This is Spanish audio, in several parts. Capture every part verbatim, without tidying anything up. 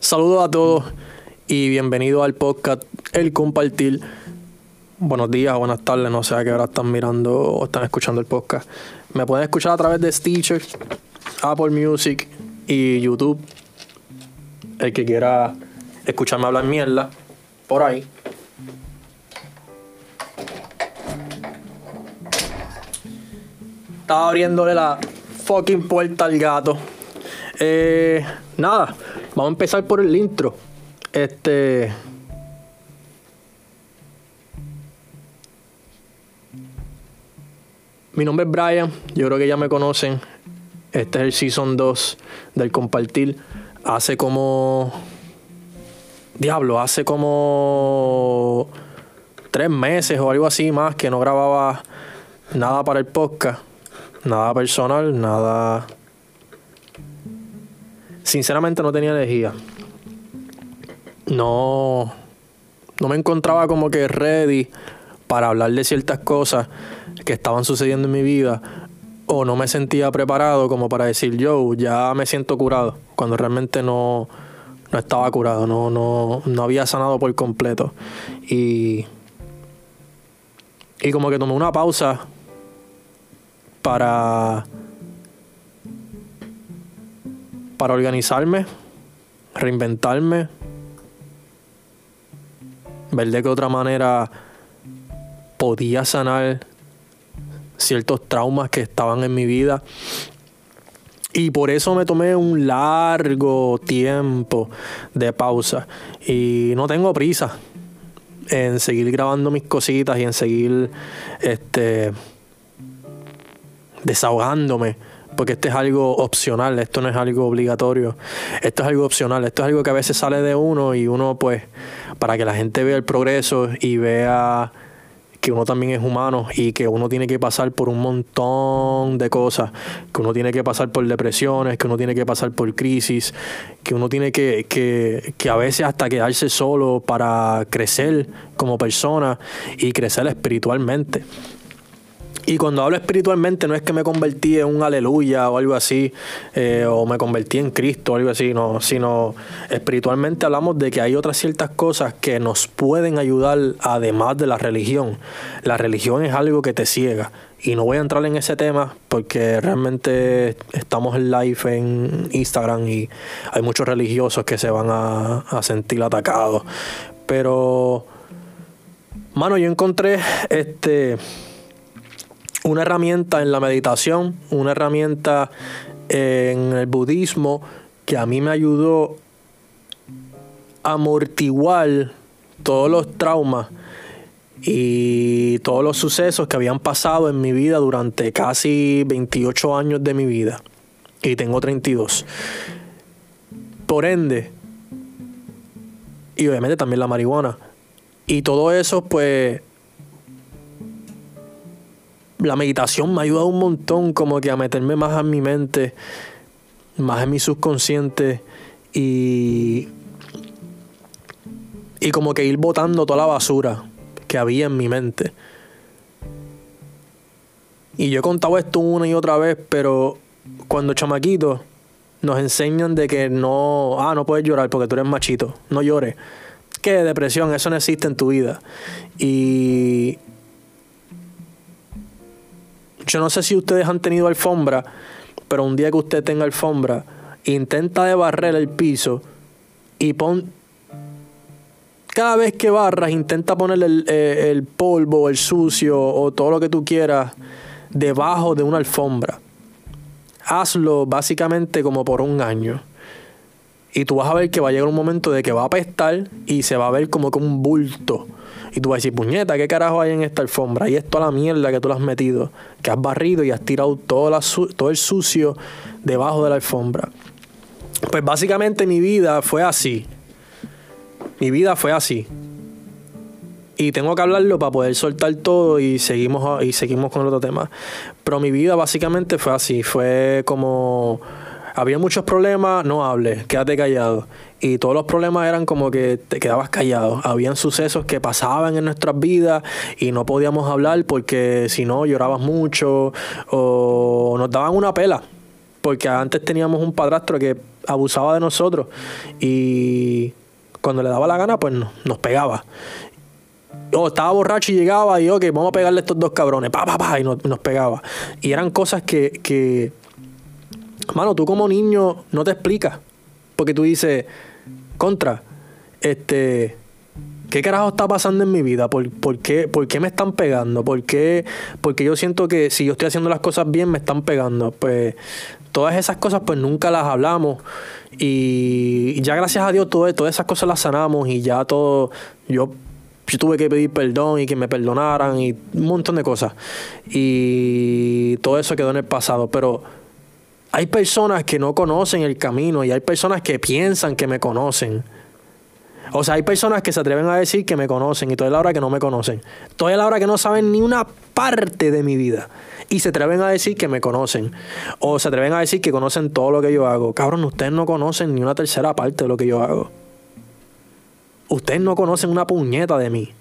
Saludos a todos y bienvenidos al podcast El Compartir. Buenos días o buenas tardes, no sé a qué hora están mirando o están escuchando el podcast. Me pueden escuchar a través de Stitcher, Apple Music y YouTube. El que quiera escucharme hablar mierda, por ahí. Estaba abriéndole la fucking puerta al gato. Eh, nada, vamos a empezar por el intro. Este... Mi nombre es Brian, yo creo que ya me conocen. Este es el Season dos del Compartir. Hace como... Diablo, hace como... Tres meses o algo así más que no grababa nada para el podcast. Nada personal, nada... Sinceramente no tenía energía. No... No me encontraba como que ready para hablar de ciertas cosas que estaban sucediendo en mi vida, o no me sentía preparado como para decir yo ya me siento curado, cuando realmente no, no estaba curado, no, no, no había sanado por completo. Y, y como que tomé una pausa para, para organizarme, reinventarme, ver de qué otra manera podía sanar ciertos traumas que estaban en mi vida. Y por eso me tomé un largo tiempo de pausa. Y no tengo prisa en seguir grabando mis cositas y en seguir este, desahogándome. Porque esto es algo opcional, esto no es algo obligatorio. Esto es algo opcional, esto es algo que a veces sale de uno y uno, pues, para que la gente vea el progreso y vea que uno también es humano y que uno tiene que pasar por un montón de cosas, que uno tiene que pasar por depresiones, que uno tiene que pasar por crisis, que uno tiene que, que, que a veces hasta quedarse solo para crecer como persona y crecer espiritualmente. Y cuando hablo espiritualmente no es que me convertí en un aleluya o algo así, eh, o me convertí en Cristo o algo así, no, sino espiritualmente hablamos de que hay otras ciertas cosas que nos pueden ayudar además de la religión. La religión es algo que te ciega. Y no voy a entrar en ese tema porque realmente estamos en live en Instagram y hay muchos religiosos que se van a, a sentir atacados. Pero, mano, yo encontré este... una herramienta en la meditación, una herramienta en el budismo que a mí me ayudó a amortiguar todos los traumas y todos los sucesos que habían pasado en mi vida durante casi veintiocho años de mi vida. Y tengo treinta y dos. Por ende, y obviamente también la marihuana. Y todo eso, pues... La meditación me ha ayudado un montón como que a meterme más en mi mente, más en mi subconsciente y, y como que ir botando toda la basura que había en mi mente. Y yo he contado esto una y otra vez, pero cuando chamaquitos nos enseñan de que no, ah, no puedes llorar porque tú eres machito, no llores. ¿Qué depresión? Eso no existe en tu vida. Y... yo no sé si ustedes han tenido alfombra, pero un día que usted tenga alfombra, intenta de barrer el piso y pon... Cada vez que barras, intenta poner el, eh, el polvo, el sucio o todo lo que tú quieras debajo de una alfombra. Hazlo básicamente como por un año. Y tú vas a ver que va a llegar un momento de que va a apestar y se va a ver como que un bulto. Y tú vas a decir, puñeta, ¿qué carajo hay en esta alfombra? Y es toda la mierda que tú le has metido, que has barrido y has tirado todo, la su- todo el sucio debajo de la alfombra. Pues básicamente mi vida fue así. Mi vida fue así. Y tengo que hablarlo para poder soltar todo y seguimos, y seguimos con el otro tema. Pero mi vida básicamente fue así. Fue como... había muchos problemas, no hables, quédate callado. Y todos los problemas eran como que te quedabas callado. Habían sucesos que pasaban en nuestras vidas y no podíamos hablar porque si no llorabas mucho o nos daban una pela. Porque antes teníamos un padrastro que abusaba de nosotros y cuando le daba la gana, pues nos, nos pegaba. O estaba borracho y llegaba y, ok, vamos a pegarle a estos dos cabrones, pa, pa, pa, y nos, nos pegaba. Y eran cosas que, que, mano, tú como niño no te explicas. Porque tú dices, contra, este, ¿qué carajo está pasando en mi vida? ¿Por, por, qué, ¿Por qué me están pegando? ¿Por qué? Porque yo siento que si yo estoy haciendo las cosas bien, me están pegando. Pues todas esas cosas, pues nunca las hablamos. Y ya gracias a Dios, todo, todas esas cosas las sanamos y ya todo, yo... Yo tuve que pedir perdón y que me perdonaran y un montón de cosas. Y todo eso quedó en el pasado. Pero hay personas que no conocen el camino y hay personas que piensan que me conocen. O sea, hay personas que se atreven a decir que me conocen y toda la hora que no me conocen. Toda la hora que no saben ni una parte de mi vida. Y se atreven a decir que me conocen. O se atreven a decir que conocen todo lo que yo hago. Cabrón, ustedes no conocen ni una tercera parte de lo que yo hago. Ustedes no conocen una puñeta de mí.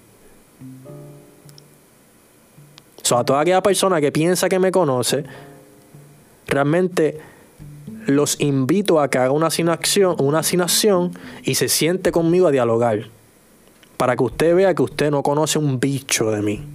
O sea, a toda aquella persona que piensa que me conoce, realmente los invito a que haga una asignación, una asignación y se siente conmigo a dialogar. Para que usted vea que usted no conoce un bicho de mí.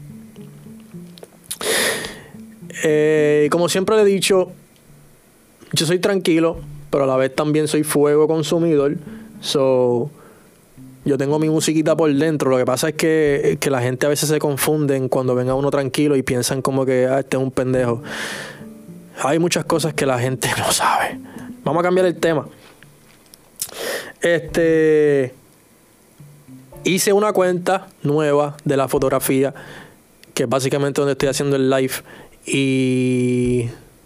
Eh, como siempre le he dicho, yo soy tranquilo, pero a la vez también soy fuego consumidor. So... Yo tengo mi musiquita por dentro. Lo que pasa es que, que la gente a veces se confunden cuando ven a uno tranquilo y piensan como que ah, este es un pendejo. Hay muchas cosas que la gente no sabe. Vamos a cambiar el tema. Este... Hice una cuenta nueva de la fotografía, que es básicamente donde estoy haciendo el live. Y...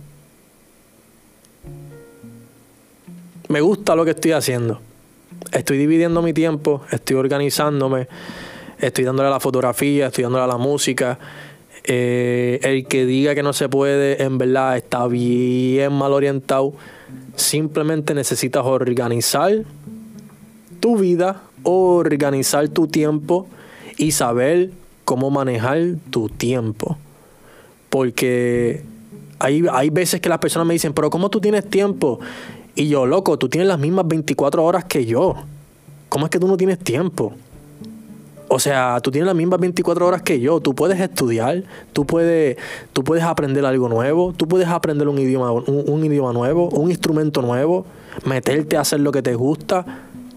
me gusta lo que estoy haciendo. Estoy dividiendo mi tiempo, estoy organizándome, estoy dándole a la fotografía, estoy dándole a la música. Eh, el que diga que no se puede, en verdad está bien mal orientado. Simplemente necesitas organizar tu vida, organizar tu tiempo y saber cómo manejar tu tiempo. Porque hay, hay veces que las personas me dicen, pero ¿cómo tú tienes tiempo? Y yo, loco, tú tienes las mismas veinticuatro horas que yo. ¿Cómo es que tú no tienes tiempo? O sea, tú tienes las mismas veinticuatro horas que yo. Tú puedes estudiar, tú puedes, tú puedes aprender algo nuevo, tú puedes aprender un idioma, un, un idioma nuevo, un instrumento nuevo, meterte a hacer lo que te gusta.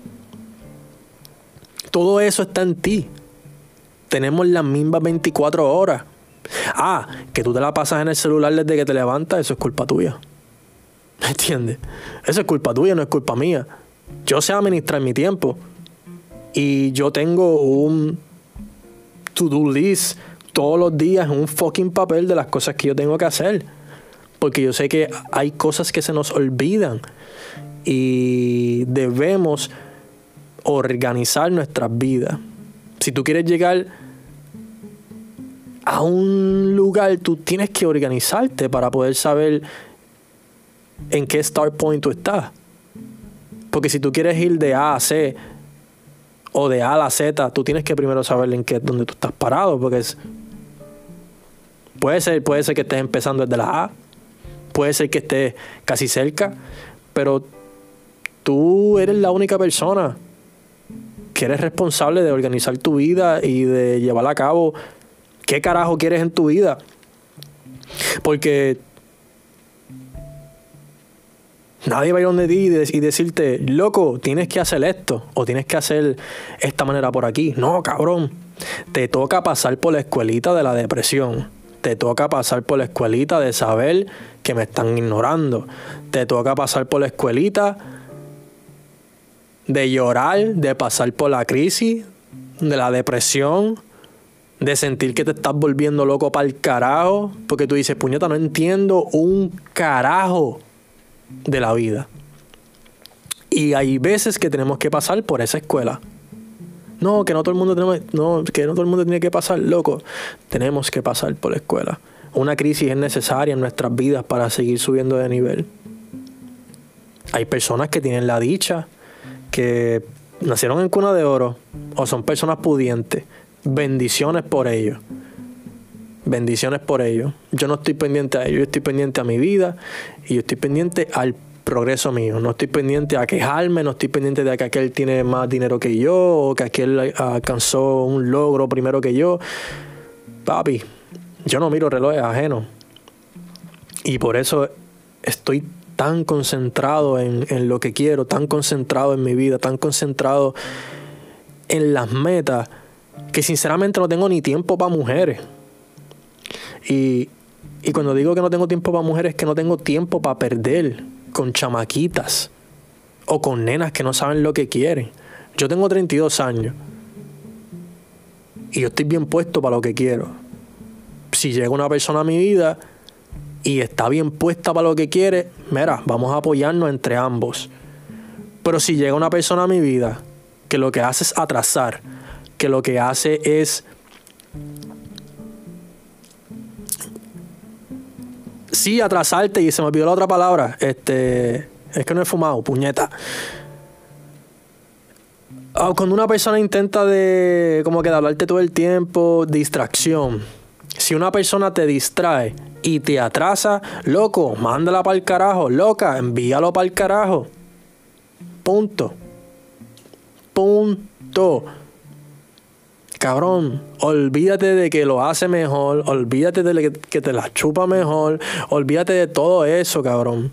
Todo eso está en ti. Tenemos las mismas veinticuatro horas. Ah, que tú te la pasas en el celular desde que te levantas, eso es culpa tuya. ¿Me entiendes? Eso es culpa tuya, no es culpa mía. Yo sé administrar mi tiempo. Y yo tengo un to-do list todos los días en un fucking papel de las cosas que yo tengo que hacer. Porque yo sé que hay cosas que se nos olvidan. Y debemos organizar nuestras vidas. Si tú quieres llegar a un lugar, tú tienes que organizarte para poder saber en qué start point tú estás. Porque si tú quieres ir de A a C o de A a la Z, tú tienes que primero saber en qué, dónde tú estás parado. Porque es, puede ser, puede ser que estés empezando desde la A, puede ser que estés casi cerca, pero tú eres la única persona que eres responsable de organizar tu vida y de llevarla a cabo. ¿Qué carajo quieres en tu vida? Porque nadie va a ir donde ti y, de- y decirte, loco, tienes que hacer esto o tienes que hacer esta manera por aquí. No, cabrón. Te toca pasar por la escuelita de la depresión. Te toca pasar por la escuelita de saber que me están ignorando. Te toca pasar por la escuelita de llorar, de pasar por la crisis, de la depresión, de sentir que te estás volviendo loco para el carajo, porque tú dices, puñeta, no entiendo un carajo de la vida. Y hay veces que tenemos que pasar por esa escuela. No, que no todo el mundo tenemos, no, que no todo el mundo tiene que pasar, loco. Tenemos que pasar por la escuela. Una crisis es necesaria en nuestras vidas para seguir subiendo de nivel. Hay personas que tienen la dicha, que nacieron en cuna de oro, o son personas pudientes. Bendiciones por ello. Bendiciones por ello. Yo no estoy pendiente a ello, yo estoy pendiente a mi vida y yo estoy pendiente al progreso mío. No estoy pendiente a quejarme, no estoy pendiente de que aquel tiene más dinero que yo o que aquel alcanzó un logro primero que yo. Papi, yo no miro relojes ajenos. Y por eso estoy tan concentrado en, en lo que quiero, tan concentrado en mi vida, tan concentrado en las metas, que sinceramente no tengo ni tiempo para mujeres. Y, y cuando digo que no tengo tiempo para mujeres, es que no tengo tiempo para perder con chamaquitas o con nenas que no saben lo que quieren. Yo tengo treinta y dos años y yo estoy bien puesto para lo que quiero. Si llega una persona a mi vida y está bien puesta para lo que quiere, mira, vamos a apoyarnos entre ambos. Pero si llega una persona a mi vida que lo que hace es atrasar, que lo que hace es sí, atrasarte, y se me olvidó la otra palabra. Este, es que no he fumado, puñeta. Oh, cuando una persona intenta de como que de hablarte todo el tiempo, distracción. Si una persona te distrae y te atrasa, loco, mándala para el carajo, loca, envíalo para el carajo. Punto. Punto. Cabrón, olvídate de que lo hace mejor, olvídate de que te la chupa mejor, olvídate de todo eso, cabrón.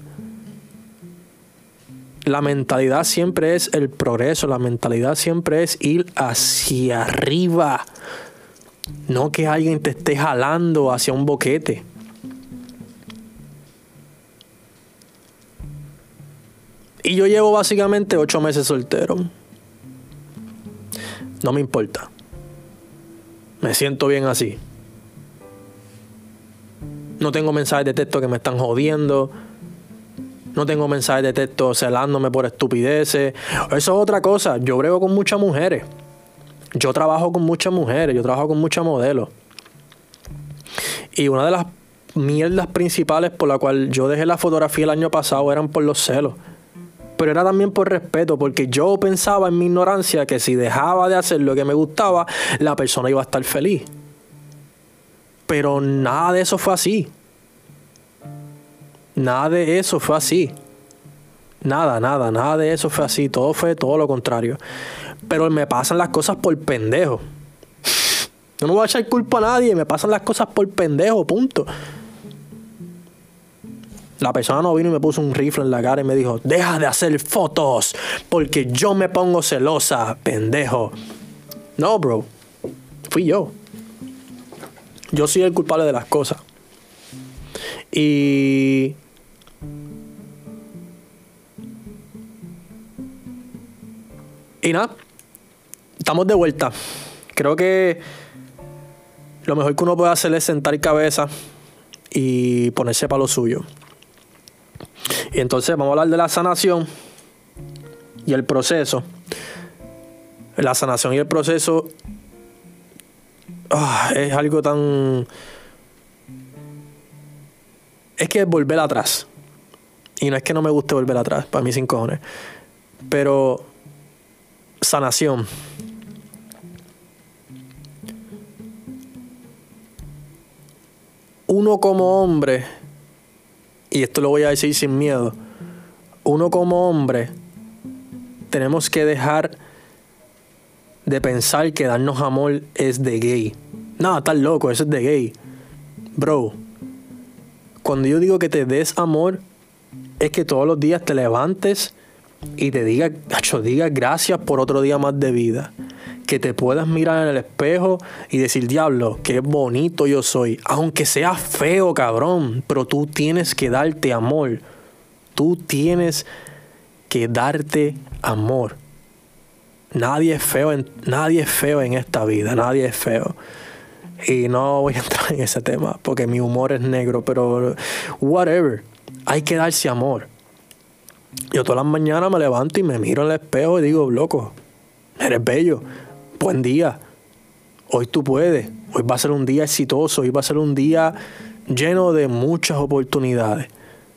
La mentalidad siempre es el progreso, la mentalidad siempre es ir hacia arriba. No que alguien te esté jalando hacia un boquete. Y yo llevo básicamente ocho meses soltero. No me importa. Me siento bien así. No tengo mensajes de texto que me están jodiendo. No tengo mensajes de texto celándome por estupideces. Eso es otra cosa. Yo brego con muchas mujeres. Yo trabajo con muchas mujeres. Yo trabajo con muchas modelos. Y una de las mierdas principales por la cual yo dejé la fotografía el año pasado eran por los celos. Pero era también por respeto, porque yo pensaba en mi ignorancia que si dejaba de hacer lo que me gustaba, la persona iba a estar feliz. Pero nada de eso fue así. Nada de eso fue así. Nada, nada, nada de eso fue así. Todo fue todo lo contrario. Pero me pasan las cosas por pendejo. Yo no voy a echar culpa a nadie, me pasan las cosas por pendejo, punto. La persona no vino y me puso un rifle en la cara y me dijo, deja de hacer fotos porque yo me pongo celosa, pendejo. No, bro. Fui yo. Yo soy el culpable de las cosas. Y... Y nada. Estamos de vuelta. Creo que lo mejor que uno puede hacer es sentar cabeza y ponerse para lo suyo. Y entonces vamos a hablar de la sanación y el proceso. La sanación y el proceso oh, es algo tan... Es que es volver atrás. Y no es que no me guste volver atrás, para mí sin cojones. Pero sanación. Uno como hombre, y esto lo voy a decir sin miedo, uno como hombre tenemos que dejar de pensar que darnos amor es de gay. No, estás loco, eso es de gay. Bro, cuando yo digo que te des amor, es que todos los días te levantes y te digas, gacho, digas gracias por otro día más de vida. Que te puedas mirar en el espejo y decir, diablo, qué bonito yo soy. Aunque sea feo, cabrón, pero tú tienes que darte amor. Tú tienes que darte amor. Nadie es feo en, nadie es feo en esta vida, nadie es feo. Y no voy a entrar en ese tema porque mi humor es negro, pero whatever. Hay que darse amor. Yo todas las mañanas me levanto y me miro en el espejo y digo, loco, eres bello. Buen día. Hoy tú puedes. Hoy va a ser un día exitoso. Hoy va a ser un día lleno de muchas oportunidades.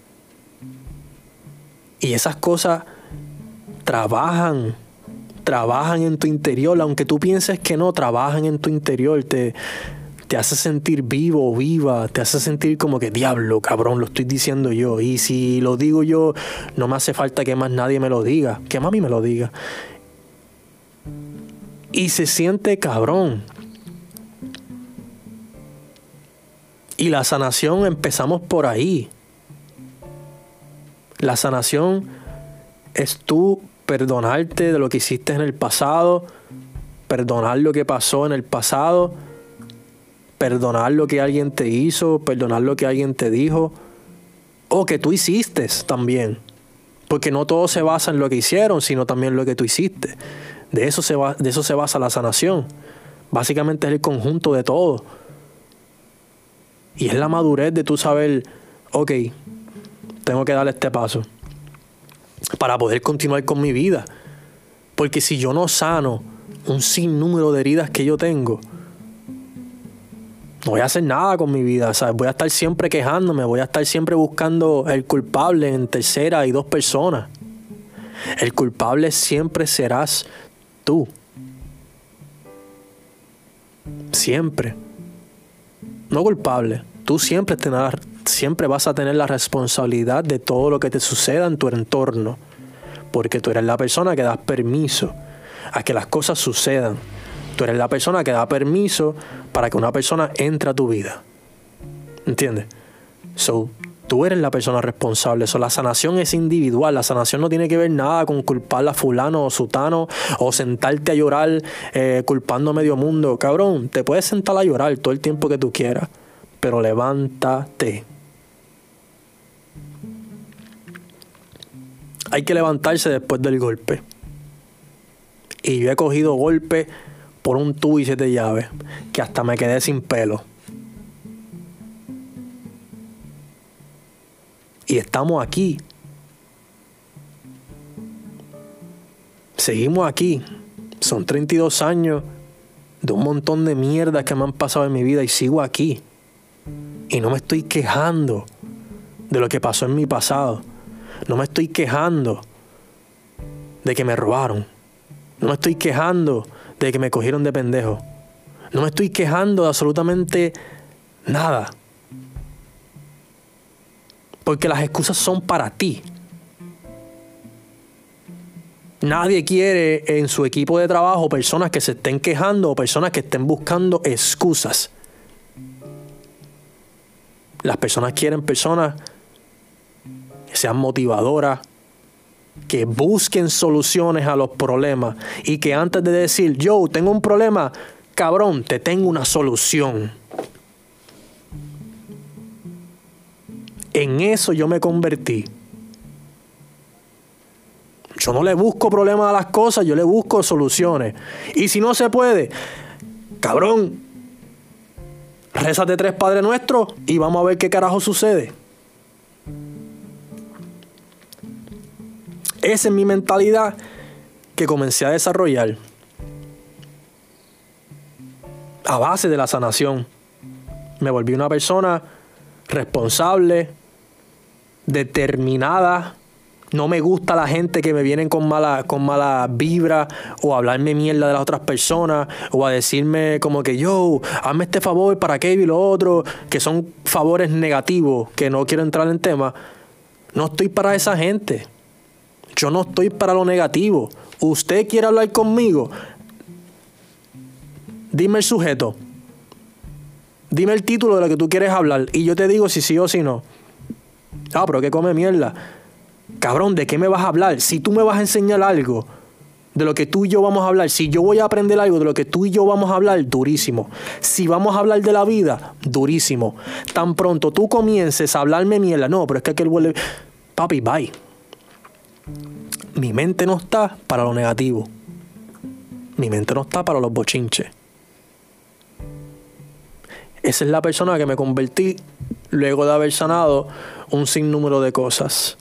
Y esas cosas trabajan. Trabajan en tu interior. Aunque tú pienses que no, trabajan en tu interior. Te, te hace sentir vivo o viva, te hace sentir como que diablo, cabrón, lo estoy diciendo yo. Y si lo digo yo, no me hace falta que más nadie me lo diga, que mami me lo diga. Y se siente cabrón. Y la sanación empezamos por ahí. La sanación es tú perdonarte de lo que hiciste en el pasado, perdonar lo que pasó en el pasado, perdonar lo que alguien te hizo, perdonar lo que alguien te dijo, o que tú hiciste también. Porque no todo se basa en lo que hicieron, sino también lo que tú hiciste. De eso se va, de eso se basa la sanación. Básicamente es el conjunto de todo. Y es la madurez de tú saber, ok, tengo que dar este paso para poder continuar con mi vida. Porque si yo no sano un sinnúmero de heridas que yo tengo, no voy a hacer nada con mi vida, ¿sabes? Voy a estar siempre quejándome, voy a estar siempre buscando el culpable en tercera y dos personas. El culpable siempre serás tú. Siempre. No culpable. Tú siempre tendrás, siempre vas a tener la responsabilidad de todo lo que te suceda en tu entorno. Porque tú eres la persona que das permiso a que las cosas sucedan. Tú eres la persona que da permiso para que una persona entre a tu vida. ¿Entiendes? So, tú eres la persona responsable. So, la sanación es individual. La sanación no tiene que ver nada con culpar a fulano o sutano o sentarte a llorar eh, culpando a medio mundo. Cabrón, te puedes sentar a llorar todo el tiempo que tú quieras, pero levántate. Hay que levantarse después del golpe. Y yo he cogido golpe por un tubo y siete llaves, que hasta me quedé sin pelo. Y estamos aquí. Seguimos aquí. Son treinta y dos años de un montón de mierdas que me han pasado en mi vida y sigo aquí. Y no me estoy quejando de lo que pasó en mi pasado. No me estoy quejando de que me robaron. No me estoy quejando de que me cogieron de pendejo. No me estoy quejando de absolutamente nada. Porque las excusas son para ti. Nadie quiere en su equipo de trabajo personas que se estén quejando o personas que estén buscando excusas. Las personas quieren personas que sean motivadoras, que busquen soluciones a los problemas y que antes de decir, yo tengo un problema, cabrón, te tengo una solución. En eso yo me convertí. Yo no le busco problemas a las cosas, yo le busco soluciones. Y si no se puede, cabrón, rézate tres Padres Nuestros y vamos a ver qué carajo sucede. Esa es mi mentalidad que comencé a desarrollar a base de la sanación. Me volví una persona responsable, determinada. No me gusta la gente que me vienen con mala, con mala vibra o a hablarme mierda de las otras personas o a decirme como que yo, hazme este favor para aquello y lo otro, que son favores negativos que no quiero entrar en tema. No estoy para esa gente. Yo no estoy para lo negativo. ¿Usted quiere hablar conmigo? Dime el sujeto. Dime el título de lo que tú quieres hablar y yo te digo si sí o si no. Ah, pero que come mierda. Cabrón, ¿de qué me vas a hablar? Si tú me vas a enseñar algo de lo que tú y yo vamos a hablar, si yo voy a aprender algo de lo que tú y yo vamos a hablar, durísimo. Si vamos a hablar de la vida, durísimo. Tan pronto tú comiences a hablarme mierda, no, pero es que aquel huele... Papi, bye. Mi mente no está para lo negativo. Mi mente no está para los bochinches. Esa es la persona que me convertí luego de haber sanado un sinnúmero de cosas.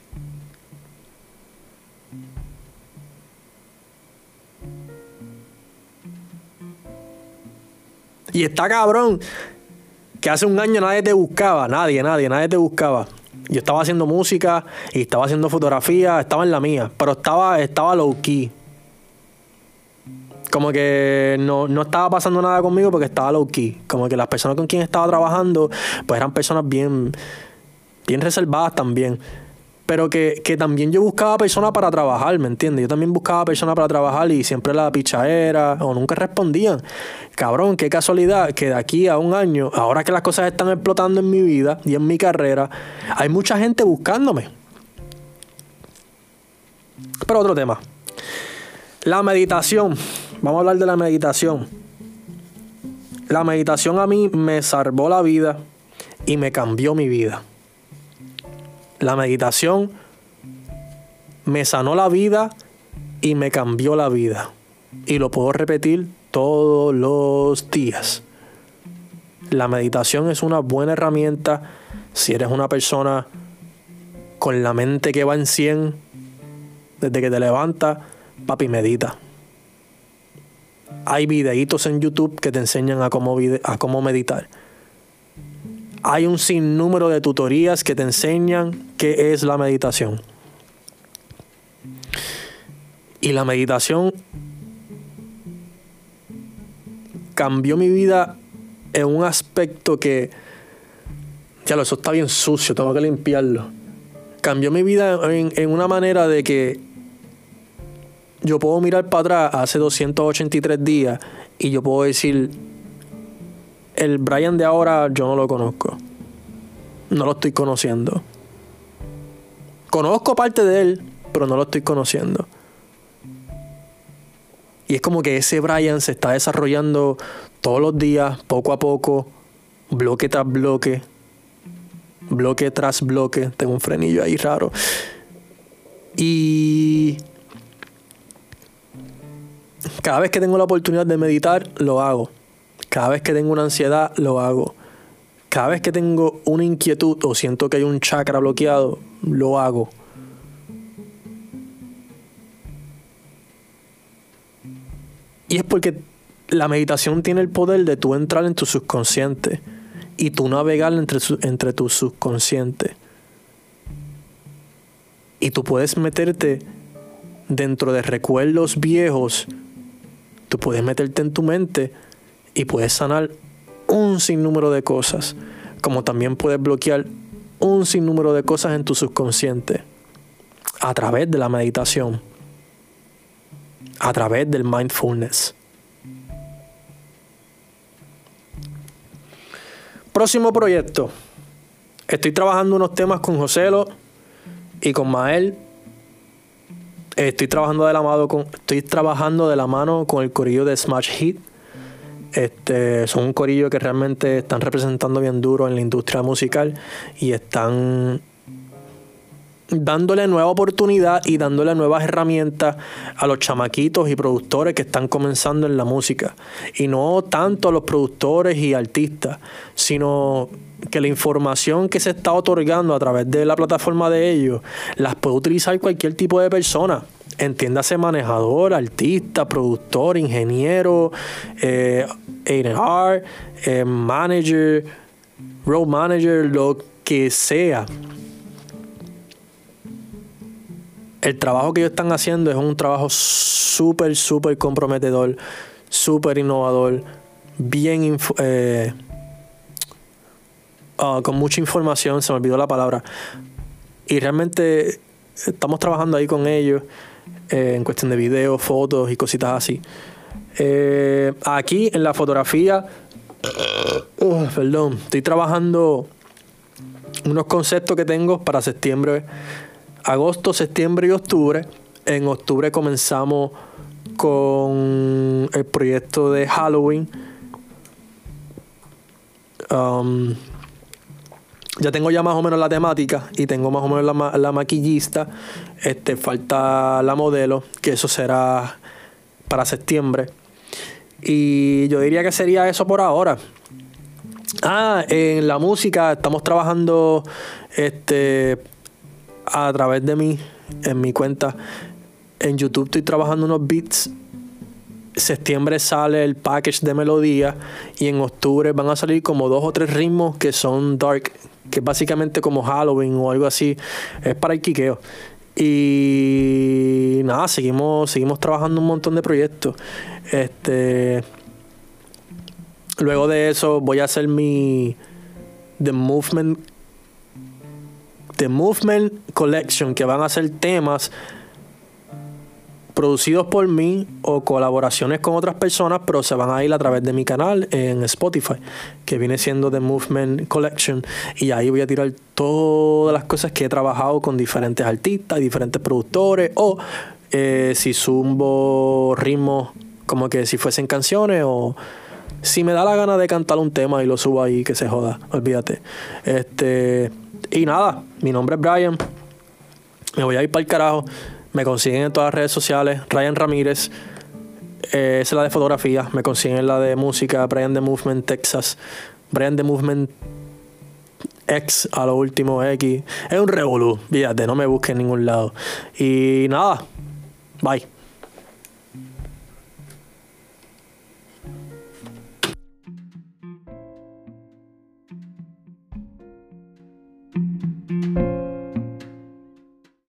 Y está cabrón que hace un año nadie te buscaba, nadie, nadie, nadie te buscaba. Yo estaba haciendo música y estaba haciendo fotografía, estaba en la mía, pero estaba, estaba low key. Como que no, no estaba pasando nada conmigo porque estaba low key. Como que las personas con quien estaba trabajando, pues eran personas bien, bien reservadas también. Pero que, que también yo buscaba personas para trabajar, ¿me entiendes? Yo también buscaba personas para trabajar y siempre la pichadera o nunca respondían. Cabrón, qué casualidad que de aquí a un año, ahora que las cosas están explotando en mi vida y en mi carrera, hay mucha gente buscándome. Pero otro tema. La meditación. Vamos a hablar de la meditación. La meditación a mí me salvó la vida y me cambió mi vida. La meditación me sanó la vida y me cambió la vida. Y lo puedo repetir todos los días. La meditación es una buena herramienta si eres una persona con la mente que va en cien. Desde que te levantas, papi, medita. Hay videitos en YouTube que te enseñan a cómo, vide- a cómo meditar. Hay un sinnúmero de tutorías que te enseñan qué es la meditación. Y la meditación cambió mi vida en un aspecto que... Ya lo, eso está bien sucio, tengo que limpiarlo. Cambió mi vida en, en una manera de que yo puedo mirar para atrás hace doscientos ochenta y tres días y yo puedo decir, el Brian de ahora yo no lo conozco. No lo estoy conociendo. Conozco parte de él, pero no lo estoy conociendo. Y es como que ese Brian se está desarrollando todos los días, poco a poco, bloque tras bloque, bloque tras bloque. Tengo un frenillo ahí raro. Y cada vez que tengo la oportunidad de meditar, lo hago. Cada vez que tengo una ansiedad, lo hago. Cada vez que tengo una inquietud o siento que hay un chakra bloqueado, lo hago. Y es porque la meditación tiene el poder de tú entrar en tu subconsciente y tú navegar entre, su, entre tu subconsciente. Y tú puedes meterte dentro de recuerdos viejos. Tú puedes meterte en tu mente y puedes sanar un sinnúmero de cosas. Como también puedes bloquear un sinnúmero de cosas en tu subconsciente a través de la meditación, a través del mindfulness. Próximo proyecto. Estoy trabajando unos temas con Joselo y con Mael. Estoy trabajando de la mano con, estoy trabajando de la mano con el corillo de Smash Hit. Este, son un corillo que realmente están representando bien duro en la industria musical y están dándole nueva oportunidad y dándole nuevas herramientas a los chamaquitos y productores que están comenzando en la música. Y no tanto a los productores y artistas, sino que la información que se está otorgando a través de la plataforma de ellos las puede utilizar cualquier tipo de persona. Entiéndase manejador, artista, productor, ingeniero, eh, A and R, eh, manager, road manager, lo que sea. El trabajo que ellos están haciendo es un trabajo súper, súper comprometedor, súper innovador, bien inf- eh, uh, con mucha información, se me olvidó la palabra. Y realmente estamos trabajando ahí con ellos eh, en cuestión de videos, fotos y cositas así. Eh, aquí en la fotografía, uh, perdón, estoy trabajando unos conceptos que tengo para septiembre, agosto, septiembre y octubre. En octubre comenzamos con el proyecto de Halloween. Um, ya tengo ya más o menos la temática y tengo más o menos la, ma- la maquillista. Este, falta la modelo, que eso será para septiembre. Y yo diría que sería eso por ahora. Ah, en la música estamos trabajando este a través de mí, en mi cuenta en YouTube estoy trabajando unos beats. Septiembre sale el package de melodía y en octubre van a salir como dos o tres ritmos que son dark, que es básicamente como Halloween o algo así. Es para el quiqueo. Y nada, seguimos, seguimos trabajando un montón de proyectos. Este, luego de eso voy a hacer mi The Movement The Movement Collection, que van a ser temas producidos por mí o colaboraciones con otras personas, pero se van a ir a través de mi canal en Spotify, que viene siendo The Movement Collection, y ahí voy a tirar todas las cosas que he trabajado con diferentes artistas y diferentes productores, o eh, si zumbo ritmos como que si fuesen canciones, o si me da la gana de cantar un tema y lo subo ahí, que se joda, olvídate. Este, y nada, mi nombre es Brian, me voy a ir para el carajo. Me consiguen en todas las redes sociales, Ryan Ramírez, eh, esa es la de fotografía. Me consiguen la de música, Brian The Movement Texas, Brian The Movement X a lo último, X. Es un revolú, fíjate, no me busquen en ningún lado. Y nada, bye.